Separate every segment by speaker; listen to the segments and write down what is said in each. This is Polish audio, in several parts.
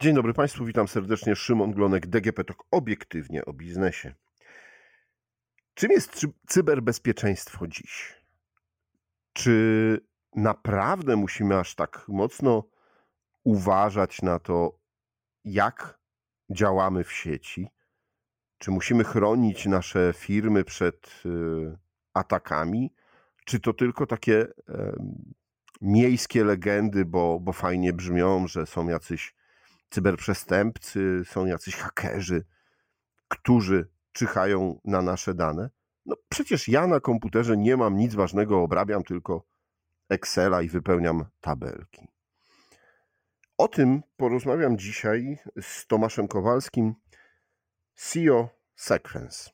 Speaker 1: Dzień dobry Państwu, witam serdecznie. Szymon Glonek, DGP TOK, obiektywnie o biznesie. Czym jest cyberbezpieczeństwo dziś? Czy naprawdę musimy aż tak mocno uważać na to, jak działamy w sieci? Czy musimy chronić nasze firmy przed atakami? Czy to tylko takie miejskie legendy, bo fajnie brzmią, że są jacyś cyberprzestępcy, są jacyś hakerzy, którzy czyhają na nasze dane? No przecież ja na komputerze nie mam nic ważnego, obrabiam tylko Excela i wypełniam tabelki. O tym porozmawiam dzisiaj z Tomaszem Kowalskim, CEO Sequence.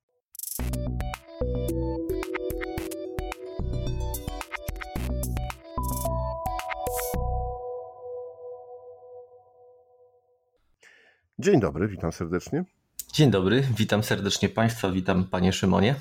Speaker 1: Dzień dobry, witam serdecznie.
Speaker 2: Dzień dobry, witam serdecznie Państwa, witam Panie Szymonie.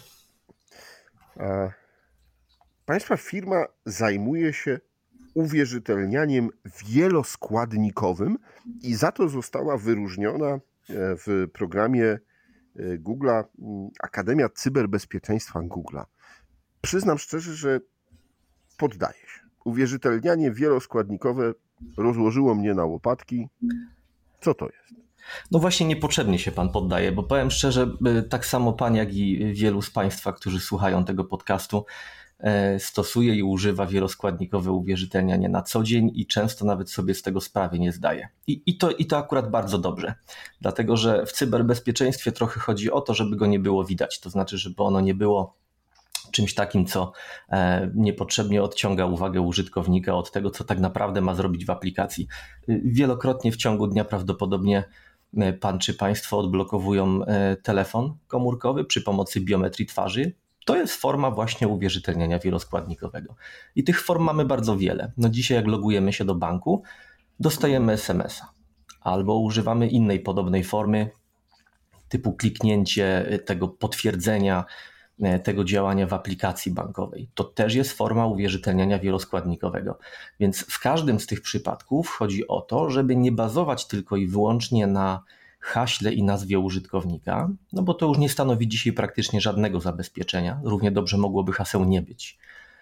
Speaker 1: Państwa firma zajmuje się uwierzytelnianiem wieloskładnikowym i za to została wyróżniona w programie Google'a Akademia Cyberbezpieczeństwa Google'a. Przyznam szczerze, że poddaję się. Uwierzytelnianie wieloskładnikowe rozłożyło mnie na łopatki. Co to jest?
Speaker 2: No właśnie niepotrzebnie się Pan poddaje, bo powiem szczerze, tak samo Pan, jak i wielu z Państwa, którzy słuchają tego podcastu, stosuje i używa wieloskładnikowe uwierzytelnianie na co dzień i często nawet sobie z tego sprawy nie zdaje. I to akurat bardzo dobrze, dlatego że w cyberbezpieczeństwie trochę chodzi o to, żeby go nie było widać, to znaczy, żeby ono nie było czymś takim, co niepotrzebnie odciąga uwagę użytkownika od tego, co tak naprawdę ma zrobić w aplikacji. Wielokrotnie w ciągu dnia prawdopodobnie Pan czy Państwo odblokowują telefon komórkowy przy pomocy biometrii twarzy. To jest forma właśnie uwierzytelniania wieloskładnikowego. I tych form mamy bardzo wiele. No dzisiaj jak logujemy się do banku, dostajemy SMS-a albo używamy innej podobnej formy typu kliknięcie tego potwierdzenia tego działania w aplikacji bankowej. To też jest forma uwierzytelniania wieloskładnikowego. Więc w każdym z tych przypadków chodzi o to, żeby nie bazować tylko i wyłącznie na haśle i nazwie użytkownika, no bo to już nie stanowi dzisiaj praktycznie żadnego zabezpieczenia. Równie dobrze mogłoby haseł nie być.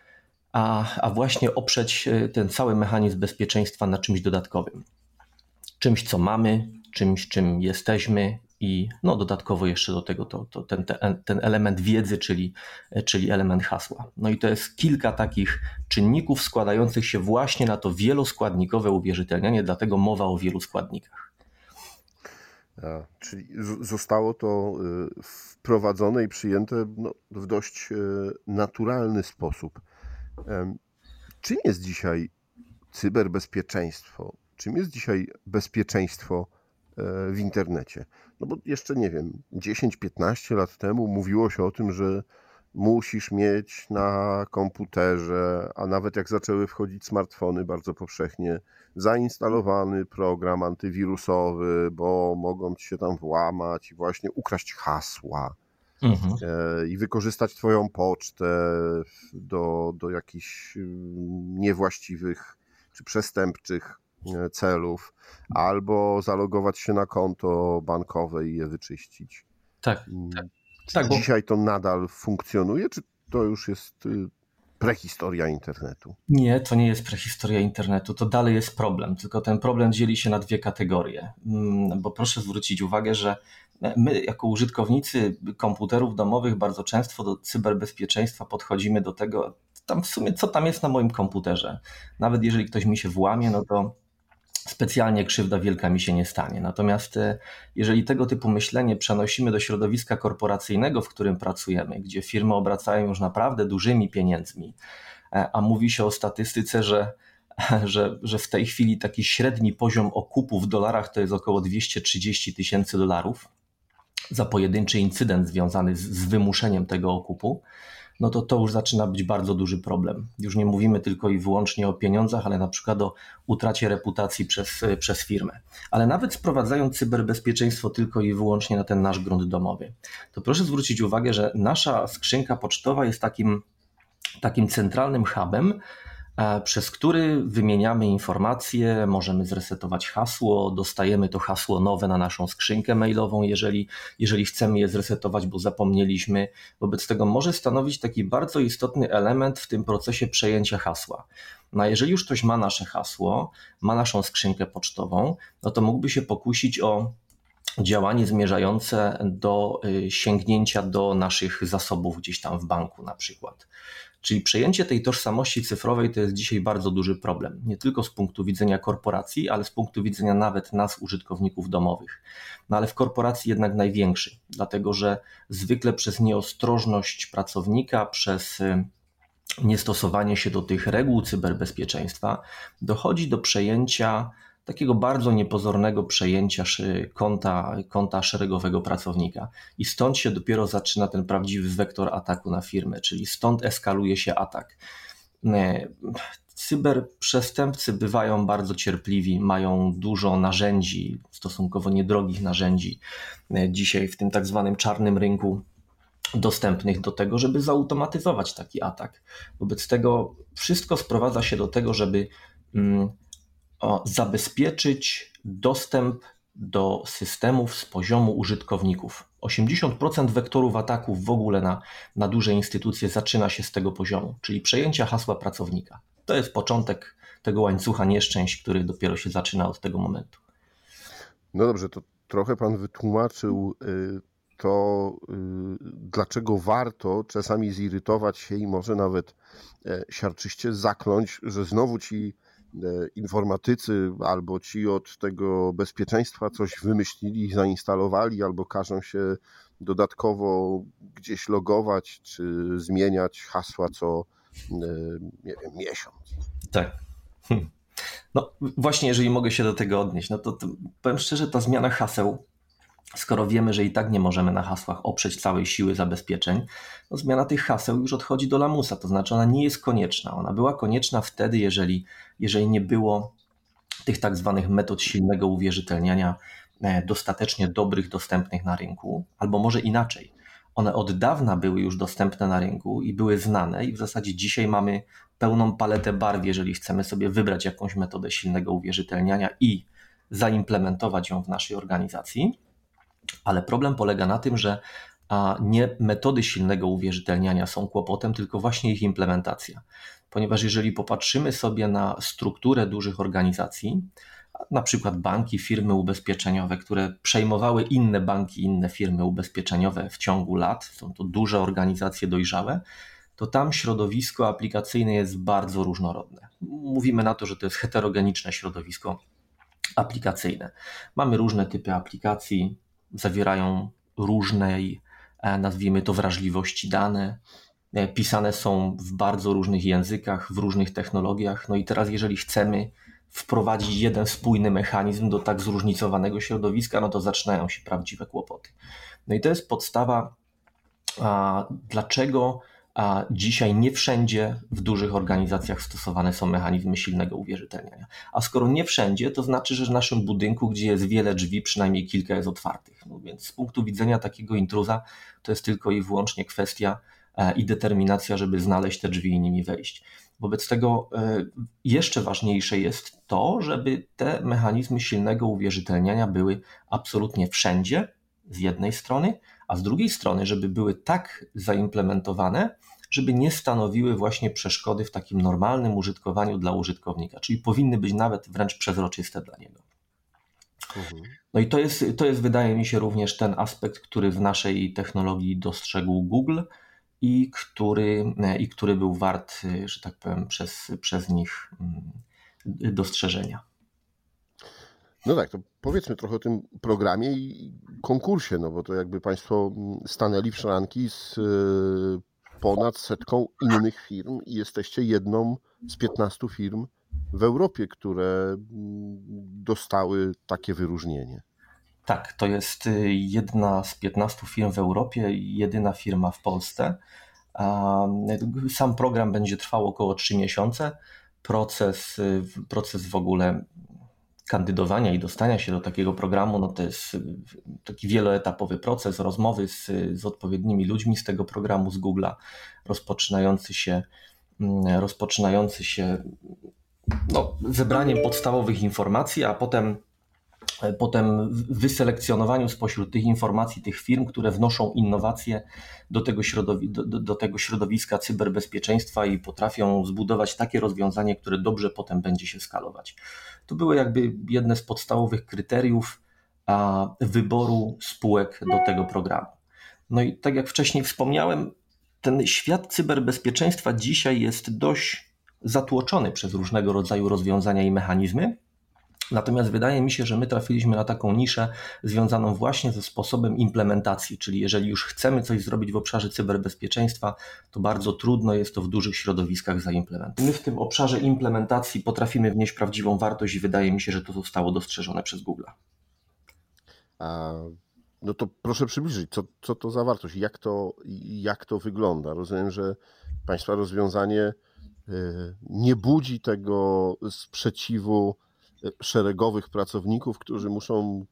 Speaker 2: A właśnie oprzeć ten cały mechanizm bezpieczeństwa na czymś dodatkowym. Czymś, co mamy, czymś, czym jesteśmy i no dodatkowo jeszcze do tego ten element wiedzy, czyli element hasła. No i to jest kilka takich czynników składających się właśnie na to wieloskładnikowe uwierzytelnianie, dlatego mowa o wielu składnikach.
Speaker 1: Czyli zostało to wprowadzone i przyjęte w dość naturalny sposób. Czym jest dzisiaj cyberbezpieczeństwo? Czym jest dzisiaj bezpieczeństwo w internecie? No bo jeszcze nie wiem, 10-15 lat temu mówiło się o tym, że musisz mieć na komputerze, a nawet jak zaczęły wchodzić smartfony bardzo powszechnie, zainstalowany program antywirusowy, bo mogą ci się tam włamać i właśnie ukraść hasła i wykorzystać twoją pocztę do jakichś niewłaściwych czy przestępczych celów, albo zalogować się na konto bankowe i je wyczyścić.
Speaker 2: Tak.
Speaker 1: Czy dzisiaj to nadal funkcjonuje, czy to już jest prehistoria internetu?
Speaker 2: Nie, to nie jest prehistoria internetu, to dalej jest problem, tylko ten problem dzieli się na dwie kategorie, bo proszę zwrócić uwagę, że my jako użytkownicy komputerów domowych bardzo często do cyberbezpieczeństwa podchodzimy do tego, tam w sumie co tam jest na moim komputerze. Nawet jeżeli ktoś mi się włamie, no to specjalnie krzywda wielka mi się nie stanie. Natomiast jeżeli tego typu myślenie przenosimy do środowiska korporacyjnego, w którym pracujemy, gdzie firmy obracają już naprawdę dużymi pieniędzmi, a mówi się o statystyce, że w tej chwili taki średni poziom okupu w dolarach to jest około $230,000 za pojedynczy incydent związany z wymuszeniem tego okupu, no to już zaczyna być bardzo duży problem. Już nie mówimy tylko i wyłącznie o pieniądzach, ale na przykład o utracie reputacji przez firmę. Ale nawet sprowadzając cyberbezpieczeństwo tylko i wyłącznie na ten nasz grunt domowy, to proszę zwrócić uwagę, że nasza skrzynka pocztowa jest takim centralnym hubem, przez który wymieniamy informacje, możemy zresetować hasło, dostajemy to hasło nowe na naszą skrzynkę mailową, jeżeli chcemy je zresetować, bo zapomnieliśmy. Wobec tego może stanowić taki bardzo istotny element w tym procesie przejęcia hasła. No a jeżeli już ktoś ma nasze hasło, ma naszą skrzynkę pocztową, no to mógłby się pokusić o działanie zmierzające do sięgnięcia do naszych zasobów gdzieś tam w banku na przykład. Czyli przejęcie tej tożsamości cyfrowej to jest dzisiaj bardzo duży problem. Nie tylko z punktu widzenia korporacji, ale z punktu widzenia nawet nas, użytkowników domowych. No ale w korporacji jednak największy, dlatego że zwykle przez nieostrożność pracownika, przez niestosowanie się do tych reguł cyberbezpieczeństwa dochodzi do przejęcia takiego bardzo niepozornego przejęcia konta szeregowego pracownika. I stąd się dopiero zaczyna ten prawdziwy wektor ataku na firmę, czyli stąd eskaluje się atak. Cyberprzestępcy bywają bardzo cierpliwi, mają dużo narzędzi, stosunkowo niedrogich narzędzi dzisiaj w tym tak zwanym czarnym rynku dostępnych do tego, żeby zautomatyzować taki atak. Wobec tego wszystko sprowadza się do tego, żeby zabezpieczyć dostęp do systemów z poziomu użytkowników. 80% wektorów ataków w ogóle na duże instytucje zaczyna się z tego poziomu, czyli przejęcia hasła pracownika. To jest początek tego łańcucha nieszczęść, który dopiero się zaczyna od tego momentu.
Speaker 1: No dobrze, to trochę pan wytłumaczył to, dlaczego warto czasami zirytować się i może nawet siarczyście zakląć, że znowu ci informatycy albo ci od tego bezpieczeństwa coś wymyślili, zainstalowali, albo każą się dodatkowo gdzieś logować, czy zmieniać hasła co, nie wiem, miesiąc.
Speaker 2: Tak. No właśnie, jeżeli mogę się do tego odnieść, no to powiem szczerze, ta zmiana haseł, skoro wiemy, że i tak nie możemy na hasłach oprzeć całej siły zabezpieczeń, no zmiana tych haseł już odchodzi do lamusa, to znaczy ona nie jest konieczna. Ona była konieczna wtedy, jeżeli nie było tych tak zwanych metod silnego uwierzytelniania dostatecznie dobrych, dostępnych na rynku, albo może inaczej. One od dawna były już dostępne na rynku i były znane i w zasadzie dzisiaj mamy pełną paletę barw, jeżeli chcemy sobie wybrać jakąś metodę silnego uwierzytelniania i zaimplementować ją w naszej organizacji. Ale problem polega na tym, że nie metody silnego uwierzytelniania są kłopotem, tylko właśnie ich implementacja. Ponieważ jeżeli popatrzymy sobie na strukturę dużych organizacji, na przykład banki, firmy ubezpieczeniowe, które przejmowały inne banki, inne firmy ubezpieczeniowe w ciągu lat, są to duże organizacje dojrzałe, to tam środowisko aplikacyjne jest bardzo różnorodne. Mówimy na to, że to jest heterogeniczne środowisko aplikacyjne. Mamy różne typy aplikacji, zawierają różnej, nazwijmy to, wrażliwości dane, pisane są w bardzo różnych językach, w różnych technologiach. No i teraz jeżeli chcemy wprowadzić jeden spójny mechanizm do tak zróżnicowanego środowiska, no to zaczynają się prawdziwe kłopoty. No i to jest podstawa, dlaczego dzisiaj nie wszędzie w dużych organizacjach stosowane są mechanizmy silnego uwierzytelniania. A skoro nie wszędzie, to znaczy, że w naszym budynku, gdzie jest wiele drzwi, przynajmniej kilka jest otwartych. No więc z punktu widzenia takiego intruza to jest tylko i wyłącznie kwestia i determinacja, żeby znaleźć te drzwi i nimi wejść. Wobec tego jeszcze ważniejsze jest to, żeby te mechanizmy silnego uwierzytelniania były absolutnie wszędzie z jednej strony, a z drugiej strony, żeby były tak zaimplementowane, żeby nie stanowiły właśnie przeszkody w takim normalnym użytkowaniu dla użytkownika, czyli powinny być nawet wręcz przezroczyste dla niego. No i to jest wydaje mi się również ten aspekt, który w naszej technologii dostrzegł Google i który był wart, że tak powiem, przez nich dostrzeżenia.
Speaker 1: No tak, to powiedzmy trochę o tym programie i konkursie, no bo to jakby Państwo stanęli w szranki z ponad 100 innych firm i jesteście jedną z 15 firm w Europie, które dostały takie wyróżnienie.
Speaker 2: Tak, to jest jedna z 15 firm w Europie i jedyna firma w Polsce. Sam program będzie trwał około 3 miesiące. Proces w ogóle kandydowania i dostania się do takiego programu, no to jest taki wieloetapowy proces, rozmowy z odpowiednimi ludźmi z tego programu, z Google'a, rozpoczynający się rozpoczynający się zebraniem podstawowych informacji, a potem wyselekcjonowaniu spośród tych informacji tych firm, które wnoszą innowacje do tego środowiska cyberbezpieczeństwa i potrafią zbudować takie rozwiązanie, które dobrze potem będzie się skalować. To były jakby jedne z podstawowych kryteriów wyboru spółek do tego programu. No i tak jak wcześniej wspomniałem, ten świat cyberbezpieczeństwa dzisiaj jest dość zatłoczony przez różnego rodzaju rozwiązania i mechanizmy. Natomiast wydaje mi się, że my trafiliśmy na taką niszę związaną właśnie ze sposobem implementacji, czyli jeżeli już chcemy coś zrobić w obszarze cyberbezpieczeństwa, to bardzo trudno jest to w dużych środowiskach zaimplementować. My w tym obszarze implementacji potrafimy wnieść prawdziwą wartość i wydaje mi się, że to zostało dostrzeżone przez Google.
Speaker 1: No to proszę przybliżyć, co to za wartość, jak to wygląda. Rozumiem, że Państwa rozwiązanie nie budzi tego sprzeciwu szeregowych pracowników, którzy muszą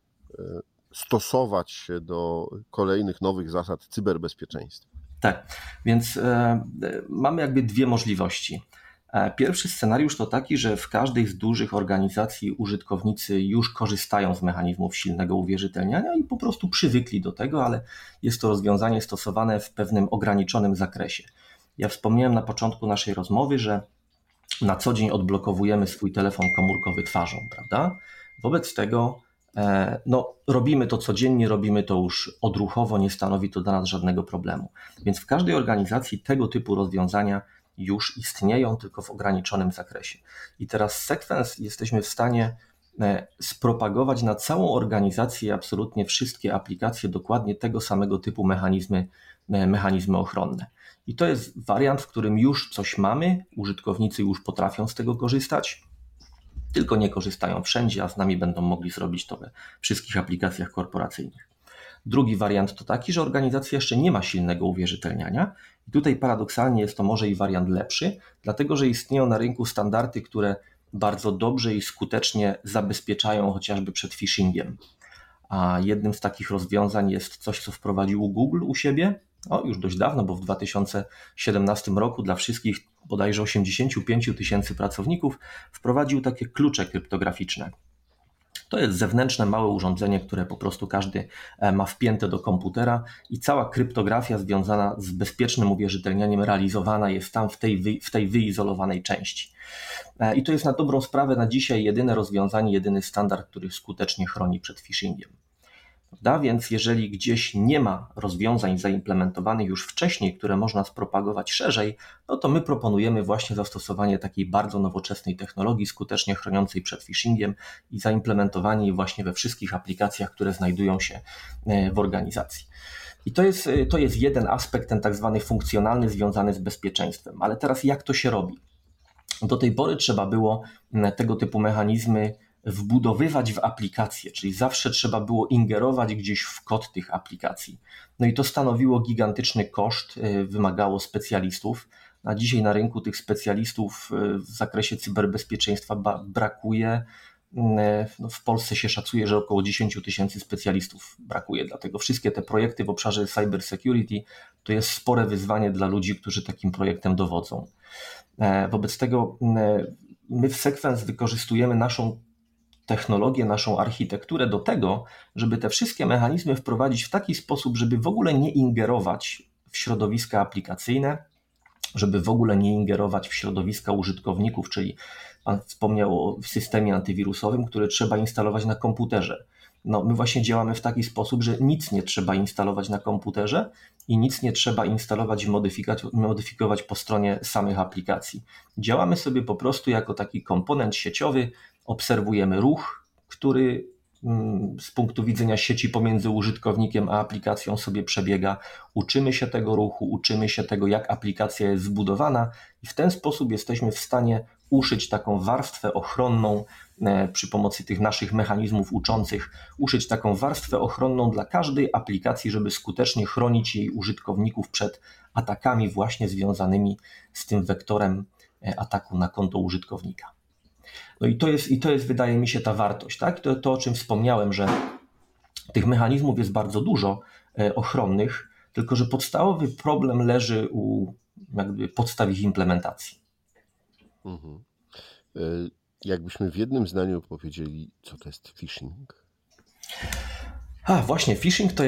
Speaker 1: stosować się do kolejnych nowych zasad cyberbezpieczeństwa.
Speaker 2: Tak, więc mamy jakby dwie możliwości. Pierwszy scenariusz to taki, że w każdej z dużych organizacji użytkownicy już korzystają z mechanizmów silnego uwierzytelniania i po prostu przywykli do tego, ale jest to rozwiązanie stosowane w pewnym ograniczonym zakresie. Ja wspomniałem na początku naszej rozmowy, że na co dzień odblokowujemy swój telefon komórkowy twarzą, prawda? Wobec tego robimy to codziennie, robimy to już odruchowo, nie stanowi to dla nas żadnego problemu. Więc w każdej organizacji tego typu rozwiązania już istnieją, tylko w ograniczonym zakresie. I teraz Sequence jesteśmy w stanie spropagować na całą organizację absolutnie wszystkie aplikacje dokładnie tego samego typu mechanizmy ochronne. I to jest wariant, w którym już coś mamy, użytkownicy już potrafią z tego korzystać, tylko nie korzystają wszędzie, a z nami będą mogli zrobić to we wszystkich aplikacjach korporacyjnych. Drugi wariant to taki, że organizacja jeszcze nie ma silnego uwierzytelniania i tutaj paradoksalnie jest to może i wariant lepszy, dlatego że istnieją na rynku standardy, które bardzo dobrze i skutecznie zabezpieczają chociażby przed phishingiem. A jednym z takich rozwiązań jest coś, co wprowadził Google u siebie, już dość dawno, bo w 2017 roku dla wszystkich bodajże 85 000 pracowników wprowadził takie klucze kryptograficzne. To jest zewnętrzne małe urządzenie, które po prostu każdy ma wpięte do komputera i cała kryptografia związana z bezpiecznym uwierzytelnianiem realizowana jest tam w tej wyizolowanej części. I to jest na dobrą sprawę na dzisiaj jedyne rozwiązanie, jedyny standard, który skutecznie chroni przed phishingiem. Prawda? Więc jeżeli gdzieś nie ma rozwiązań zaimplementowanych już wcześniej, które można spropagować szerzej, no to my proponujemy właśnie zastosowanie takiej bardzo nowoczesnej technologii skutecznie chroniącej przed phishingiem i zaimplementowanie jej właśnie we wszystkich aplikacjach, które znajdują się w organizacji. I to jest jeden aspekt, ten tak zwany funkcjonalny, związany z bezpieczeństwem. Ale teraz jak to się robi? Do tej pory trzeba było tego typu mechanizmy wbudowywać w aplikacje, czyli zawsze trzeba było ingerować gdzieś w kod tych aplikacji. No i to stanowiło gigantyczny koszt, wymagało specjalistów. A dzisiaj na rynku tych specjalistów w zakresie cyberbezpieczeństwa brakuje. W Polsce się szacuje, że około 10 000 specjalistów brakuje, dlatego wszystkie te projekty w obszarze cyber security to jest spore wyzwanie dla ludzi, którzy takim projektem dowodzą. Wobec tego my w Sequence wykorzystujemy naszą technologię, naszą architekturę do tego, żeby te wszystkie mechanizmy wprowadzić w taki sposób, żeby w ogóle nie ingerować w środowiska aplikacyjne, żeby w ogóle nie ingerować w środowiska użytkowników, czyli Pan wspomniał o systemie antywirusowym, który trzeba instalować na komputerze. My właśnie działamy w taki sposób, że nic nie trzeba instalować na komputerze i nic nie trzeba instalować i modyfikować po stronie samych aplikacji. Działamy sobie po prostu jako taki komponent sieciowy, obserwujemy ruch, który z punktu widzenia sieci pomiędzy użytkownikiem a aplikacją sobie przebiega. Uczymy się tego ruchu, uczymy się tego, jak aplikacja jest zbudowana i w ten sposób jesteśmy w stanie uszyć taką warstwę ochronną przy pomocy tych naszych mechanizmów uczących, uszyć taką warstwę ochronną dla każdej aplikacji, żeby skutecznie chronić jej użytkowników przed atakami właśnie związanymi z tym wektorem ataku na konto użytkownika. No i to jest wydaje mi się ta wartość, tak? To o czym wspomniałem, że tych mechanizmów jest bardzo dużo ochronnych, tylko że podstawowy problem leży u jakby podstaw ich implementacji.
Speaker 1: Mhm. Jakbyśmy w jednym zdaniu powiedzieli, co to jest phishing?
Speaker 2: Właśnie,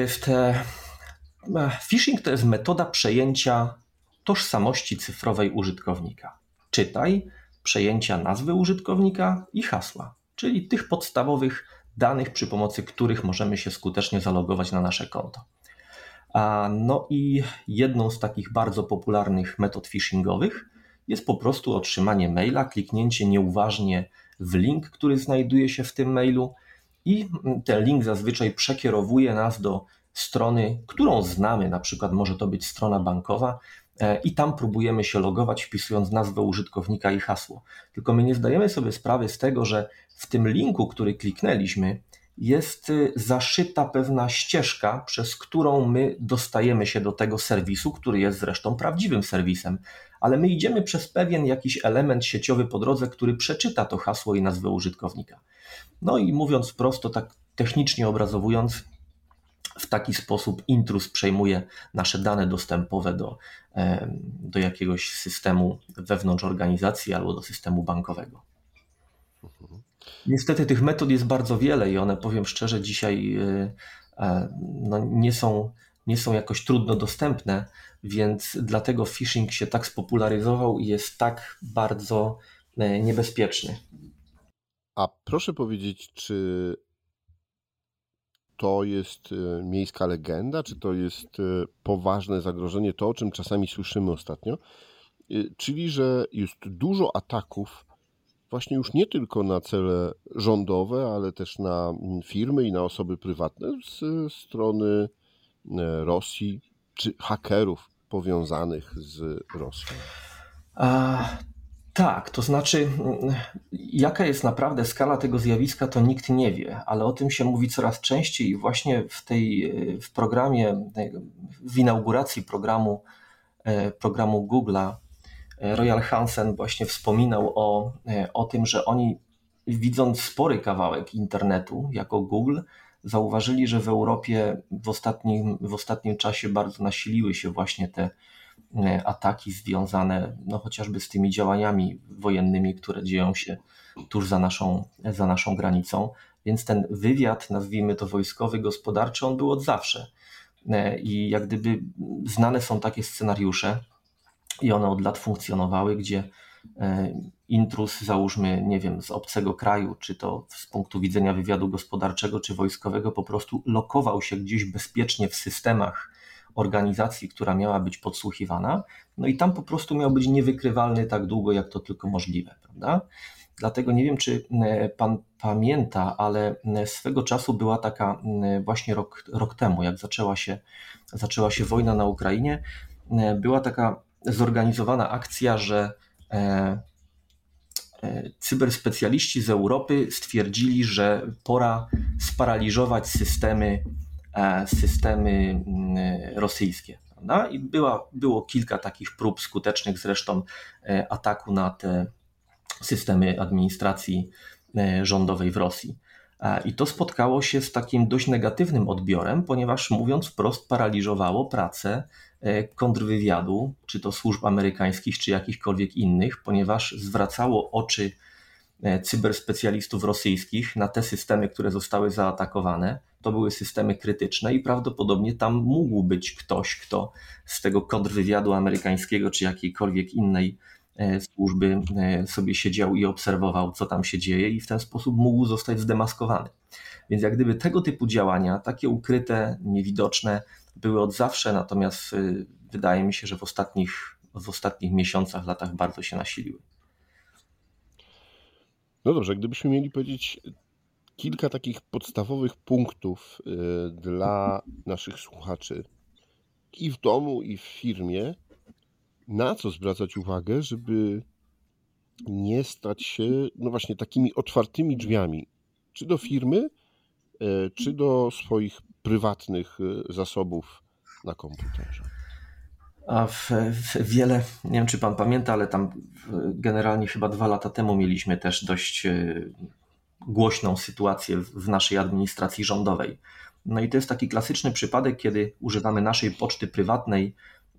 Speaker 2: phishing to jest metoda przejęcia tożsamości cyfrowej użytkownika. Czytaj, przejęcia nazwy użytkownika i hasła, czyli tych podstawowych danych, przy pomocy których możemy się skutecznie zalogować na nasze konto. No i jedną z takich bardzo popularnych metod phishingowych jest po prostu otrzymanie maila, kliknięcie nieuważnie w link, który znajduje się w tym mailu i ten link zazwyczaj przekierowuje nas do strony, którą znamy, na przykład może to być strona bankowa i tam próbujemy się logować, wpisując nazwę użytkownika i hasło. Tylko my nie zdajemy sobie sprawy z tego, że w tym linku, który kliknęliśmy, jest zaszyta pewna ścieżka, przez którą my dostajemy się do tego serwisu, który jest zresztą prawdziwym serwisem, ale my idziemy przez pewien jakiś element sieciowy po drodze, który przeczyta to hasło i nazwę użytkownika. No i mówiąc prosto, tak technicznie obrazowując, w taki sposób intruz przejmuje nasze dane dostępowe do jakiegoś systemu wewnątrz organizacji albo do systemu bankowego. Niestety tych metod jest bardzo wiele i one, powiem szczerze, dzisiaj nie są jakoś trudno dostępne, więc dlatego phishing się tak spopularyzował i jest tak bardzo niebezpieczny.
Speaker 1: A proszę powiedzieć, czy to jest miejska legenda, czy to jest poważne zagrożenie, to o czym czasami słyszymy ostatnio, czyli że jest dużo ataków właśnie już nie tylko na cele rządowe, ale też na firmy i na osoby prywatne z strony Rosji, czy hakerów powiązanych z Rosją?
Speaker 2: Tak, to znaczy, jaka jest naprawdę skala tego zjawiska, to nikt nie wie, ale o tym się mówi coraz częściej i właśnie w programie, w inauguracji programu Google'a, Royal Hansen właśnie wspominał o tym, że oni, widząc spory kawałek internetu jako Google, zauważyli, że w Europie w ostatnim czasie bardzo nasiliły się właśnie te ataki związane chociażby z tymi działaniami wojennymi, które dzieją się tuż za naszą granicą. Więc ten wywiad, nazwijmy to wojskowy, gospodarczy, on był od zawsze. I jak gdyby znane są takie scenariusze i one od lat funkcjonowały, gdzie intruz, załóżmy, nie wiem, z obcego kraju, czy to z punktu widzenia wywiadu gospodarczego, czy wojskowego, po prostu lokował się gdzieś bezpiecznie w systemach organizacji, która miała być podsłuchiwana, no i tam po prostu miał być niewykrywalny tak długo, jak to tylko możliwe, prawda? Dlatego nie wiem, czy pan pamięta, ale swego czasu była taka właśnie rok temu, jak zaczęła się wojna na Ukrainie, była taka zorganizowana akcja, że cyberspecjaliści z Europy stwierdzili, że pora sparaliżować systemy rosyjskie. Prawda? I było kilka takich prób skutecznych zresztą ataku na te systemy administracji rządowej w Rosji. I to spotkało się z takim dość negatywnym odbiorem, ponieważ, mówiąc wprost, paraliżowało pracę kontrwywiadu, czy to służb amerykańskich, czy jakichkolwiek innych, ponieważ zwracało oczy cyberspecjalistów rosyjskich na te systemy, które zostały zaatakowane. To były systemy krytyczne i prawdopodobnie tam mógł być ktoś, kto z tego kontrwywiadu amerykańskiego, czy jakiejkolwiek innej służby sobie siedział i obserwował, co tam się dzieje, i w ten sposób mógł zostać zdemaskowany. Więc jak gdyby tego typu działania, takie ukryte, niewidoczne, były od zawsze, natomiast wydaje mi się, że w ostatnich miesiącach, latach bardzo się nasiliły.
Speaker 1: No dobrze, gdybyśmy mieli powiedzieć kilka takich podstawowych punktów dla naszych słuchaczy i w domu, i w firmie, na co zwracać uwagę, żeby nie stać się, no właśnie, takimi otwartymi drzwiami, czy do firmy, czy do swoich prywatnych zasobów na komputerze.
Speaker 2: A wiele, nie wiem czy pan pamięta, ale tam generalnie chyba 2 lata temu mieliśmy też dość głośną sytuację w naszej administracji rządowej. No i to jest taki klasyczny przypadek, kiedy używamy naszej poczty prywatnej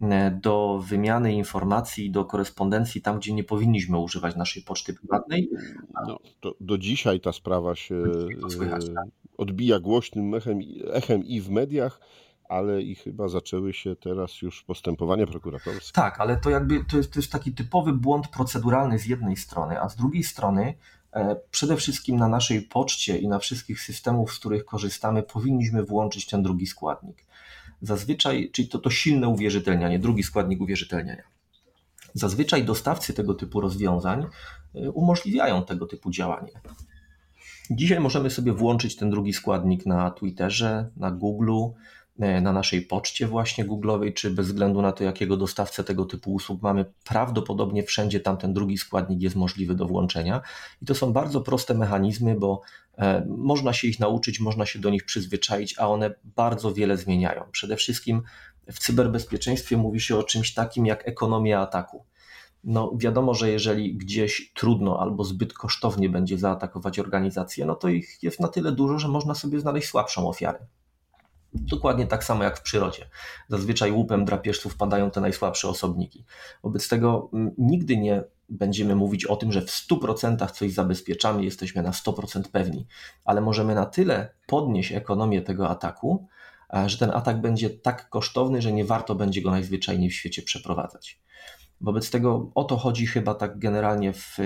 Speaker 2: do wymiany informacji, do korespondencji tam, gdzie nie powinniśmy używać naszej poczty prywatnej.
Speaker 1: No, to do dzisiaj ta sprawa się
Speaker 2: To słychać, tak?
Speaker 1: odbija głośnym echem i w mediach, ale i chyba zaczęły się teraz już postępowania prokuratorskie.
Speaker 2: Tak, ale to jest taki typowy błąd proceduralny z jednej strony, a z drugiej strony przede wszystkim na naszej poczcie i na wszystkich systemów, z których korzystamy, powinniśmy włączyć ten drugi składnik. Zazwyczaj, czyli to silne uwierzytelnianie, drugi składnik uwierzytelniania. Zazwyczaj dostawcy tego typu rozwiązań umożliwiają tego typu działanie. Dzisiaj możemy sobie włączyć ten drugi składnik na Twitterze, na Google'u, na naszej poczcie właśnie google'owej, czy bez względu na to, jakiego dostawcę tego typu usług mamy, prawdopodobnie wszędzie tam ten drugi składnik jest możliwy do włączenia. I to są bardzo proste mechanizmy, bo można się ich nauczyć, można się do nich przyzwyczaić, a one bardzo wiele zmieniają. Przede wszystkim w cyberbezpieczeństwie mówi się o czymś takim jak ekonomia ataku. No wiadomo, że jeżeli gdzieś trudno albo zbyt kosztownie będzie zaatakować organizację, no to ich jest na tyle dużo, że można sobie znaleźć słabszą ofiarę. Dokładnie tak samo jak w przyrodzie. Zazwyczaj łupem drapieżców padają te najsłabsze osobniki. Wobec tego nigdy nie będziemy mówić o tym, że w 100% coś zabezpieczamy, jesteśmy na 100% pewni, ale możemy na tyle podnieść ekonomię tego ataku, że ten atak będzie tak kosztowny, że nie warto będzie go najzwyczajniej w świecie przeprowadzać. Wobec tego o to chodzi chyba tak generalnie w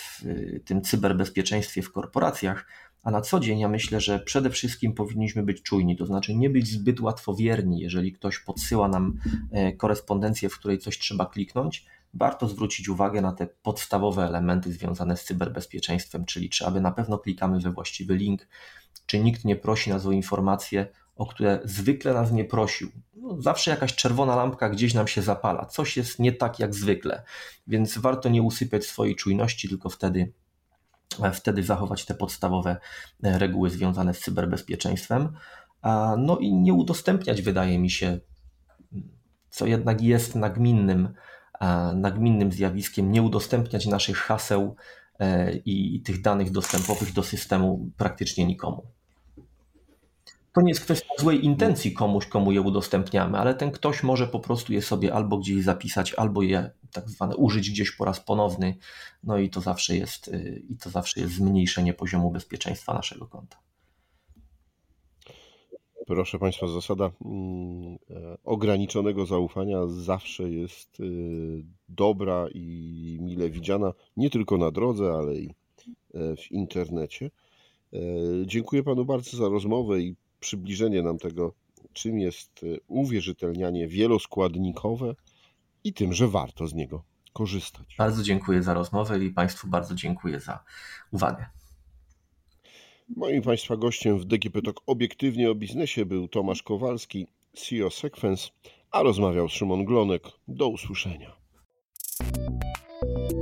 Speaker 2: tym cyberbezpieczeństwie w korporacjach, a na co dzień ja myślę, że przede wszystkim powinniśmy być czujni, to znaczy nie być zbyt łatwowierni, jeżeli ktoś podsyła nam korespondencję, w której coś trzeba kliknąć, warto zwrócić uwagę na te podstawowe elementy związane z cyberbezpieczeństwem, czyli czy aby na pewno klikamy we właściwy link, czy nikt nie prosi nas o informacje, o które zwykle nas nie prosił. No, zawsze jakaś czerwona lampka gdzieś nam się zapala, coś jest nie tak jak zwykle, więc warto nie usypiać swojej czujności, tylko wtedy zachować te podstawowe reguły związane z cyberbezpieczeństwem. No i nie udostępniać, wydaje mi się, co jednak jest nagminnym zjawiskiem, nie udostępniać naszych haseł i tych danych dostępowych do systemu praktycznie nikomu. To nie jest kwestia złej intencji komu je udostępniamy, ale ten ktoś może po prostu je sobie albo gdzieś zapisać, albo je tak zwane użyć gdzieś po raz ponowny. No i to zawsze jest zmniejszenie poziomu bezpieczeństwa naszego konta.
Speaker 1: Proszę Państwa, zasada ograniczonego zaufania zawsze jest dobra i mile widziana, nie tylko na drodze, ale i w internecie. Dziękuję Panu bardzo za rozmowę i przybliżenie nam tego, czym jest uwierzytelnianie wieloskładnikowe i tym, że warto z niego korzystać.
Speaker 2: Bardzo dziękuję za rozmowę i Państwu bardzo dziękuję za uwagę.
Speaker 1: Moim Państwa gościem w DGP Talk obiektywnie o biznesie był Tomasz Kowalski, CEO Sequence, a rozmawiał Szymon Glonek. Do usłyszenia.